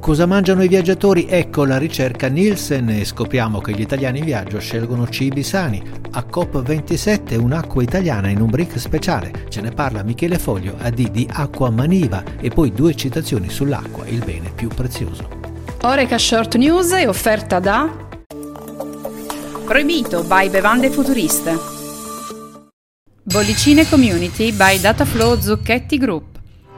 Cosa mangiano i viaggiatori? Ecco la ricerca Nielsen e scopriamo che gli italiani in viaggio scelgono cibi sani. A COP27 un'acqua italiana in un brick speciale. Ce ne parla Michele Foglio, AD di Acqua Maniva, e poi 2 citazioni sull'acqua, il bene più prezioso. Oreca Short News è offerta da Proibito by Bevande Futuriste, Bollicine Community by Dataflow Zucchetti Group.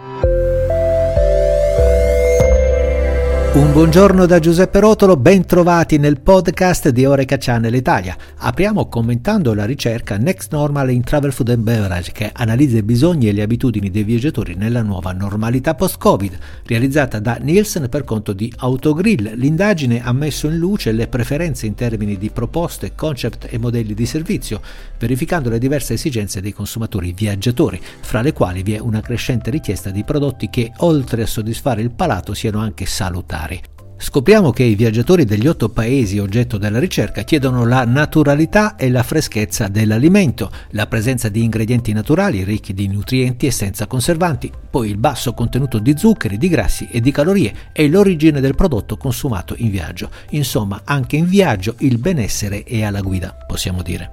Un buongiorno da Giuseppe Rotolo, ben trovati nel podcast di Oreca Channel Italia. Apriamo commentando la ricerca Next Normal in Travel Food and Beverage, che analizza i bisogni e le abitudini dei viaggiatori nella nuova normalità post-Covid, realizzata da Nielsen per conto di Autogrill. L'indagine ha messo in luce le preferenze in termini di proposte, concept e modelli di servizio, verificando le diverse esigenze dei consumatori viaggiatori, fra le quali vi è una crescente richiesta di prodotti che, oltre a soddisfare il palato, siano anche salutari. Scopriamo che i viaggiatori degli 8 paesi oggetto della ricerca chiedono la naturalità e la freschezza dell'alimento, la presenza di ingredienti naturali ricchi di nutrienti e senza conservanti, poi il basso contenuto di zuccheri, di grassi e di calorie e l'origine del prodotto consumato in viaggio. Insomma, anche in viaggio il benessere è alla guida, possiamo dire.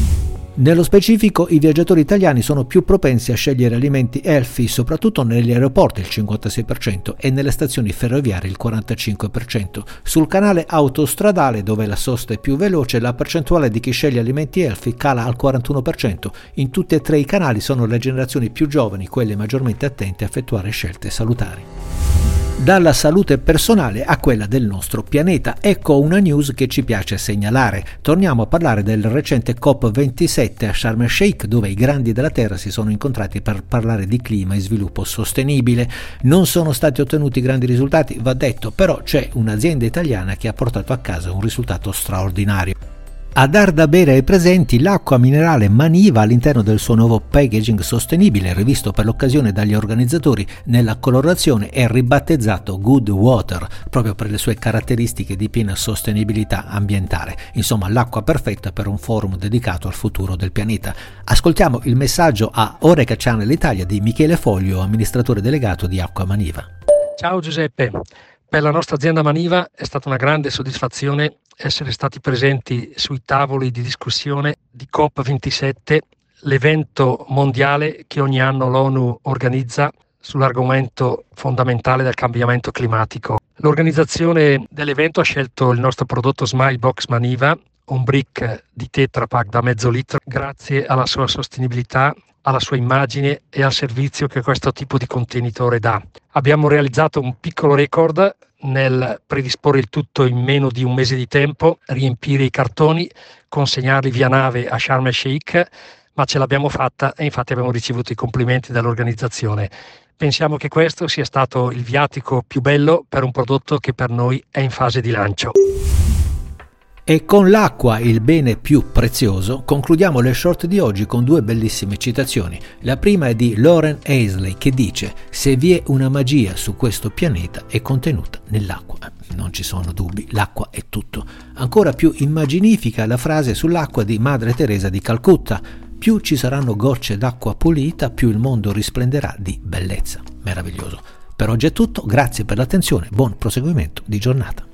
Nello specifico, i viaggiatori italiani sono più propensi a scegliere alimenti healthy, soprattutto negli aeroporti il 56% e nelle stazioni ferroviarie il 45%. Sul canale autostradale, dove la sosta è più veloce, la percentuale di chi sceglie alimenti healthy cala al 41%. In tutti e 3 i canali sono le generazioni più giovani, quelle maggiormente attente a effettuare scelte salutari. Dalla salute personale a quella del nostro pianeta. Ecco una news che ci piace segnalare. Torniamo a parlare del recente COP27 a Sharm el Sheikh, dove i grandi della Terra si sono incontrati per parlare di clima e sviluppo sostenibile. Non sono stati ottenuti grandi risultati, va detto, però c'è un'azienda italiana che ha portato a casa un risultato straordinario. A dar da bere ai presenti l'acqua minerale Maniva all'interno del suo nuovo packaging sostenibile, rivisto per l'occasione dagli organizzatori nella colorazione e ribattezzato Good Water, proprio per le sue caratteristiche di piena sostenibilità ambientale. Insomma, l'acqua perfetta per un forum dedicato al futuro del pianeta. Ascoltiamo il messaggio a Oreca Channel Italia di Michele Foglio, amministratore delegato di Acqua Maniva. Ciao Giuseppe, per la nostra azienda Maniva è stata una grande soddisfazione essere stati presenti sui tavoli di discussione di COP27, l'evento mondiale che ogni anno l'ONU organizza sull'argomento fondamentale del cambiamento climatico. L'organizzazione dell'evento ha scelto il nostro prodotto Smilebox Maniva, un brick di Tetra Pak da mezzo litro, grazie alla sua sostenibilità, alla sua immagine e al servizio che questo tipo di contenitore dà. Abbiamo realizzato un piccolo record nel predisporre il tutto in meno di un mese di tempo, riempire i cartoni, consegnarli via nave a Sharm el Sheikh, ma ce l'abbiamo fatta e infatti abbiamo ricevuto i complimenti dall'organizzazione. Pensiamo che questo sia stato il viatico più bello per un prodotto che per noi è in fase di lancio. E con l'acqua, il bene più prezioso, concludiamo le short di oggi con 2 bellissime citazioni. La prima è di Lauren Aisley, che dice: se vi è una magia su questo pianeta è contenuta nell'acqua. Non ci sono dubbi, l'acqua è tutto. Ancora più immaginifica la frase sull'acqua di Madre Teresa di Calcutta: più ci saranno gocce d'acqua pulita, più il mondo risplenderà di bellezza. Meraviglioso. Per oggi è tutto, grazie per l'attenzione, buon proseguimento di giornata.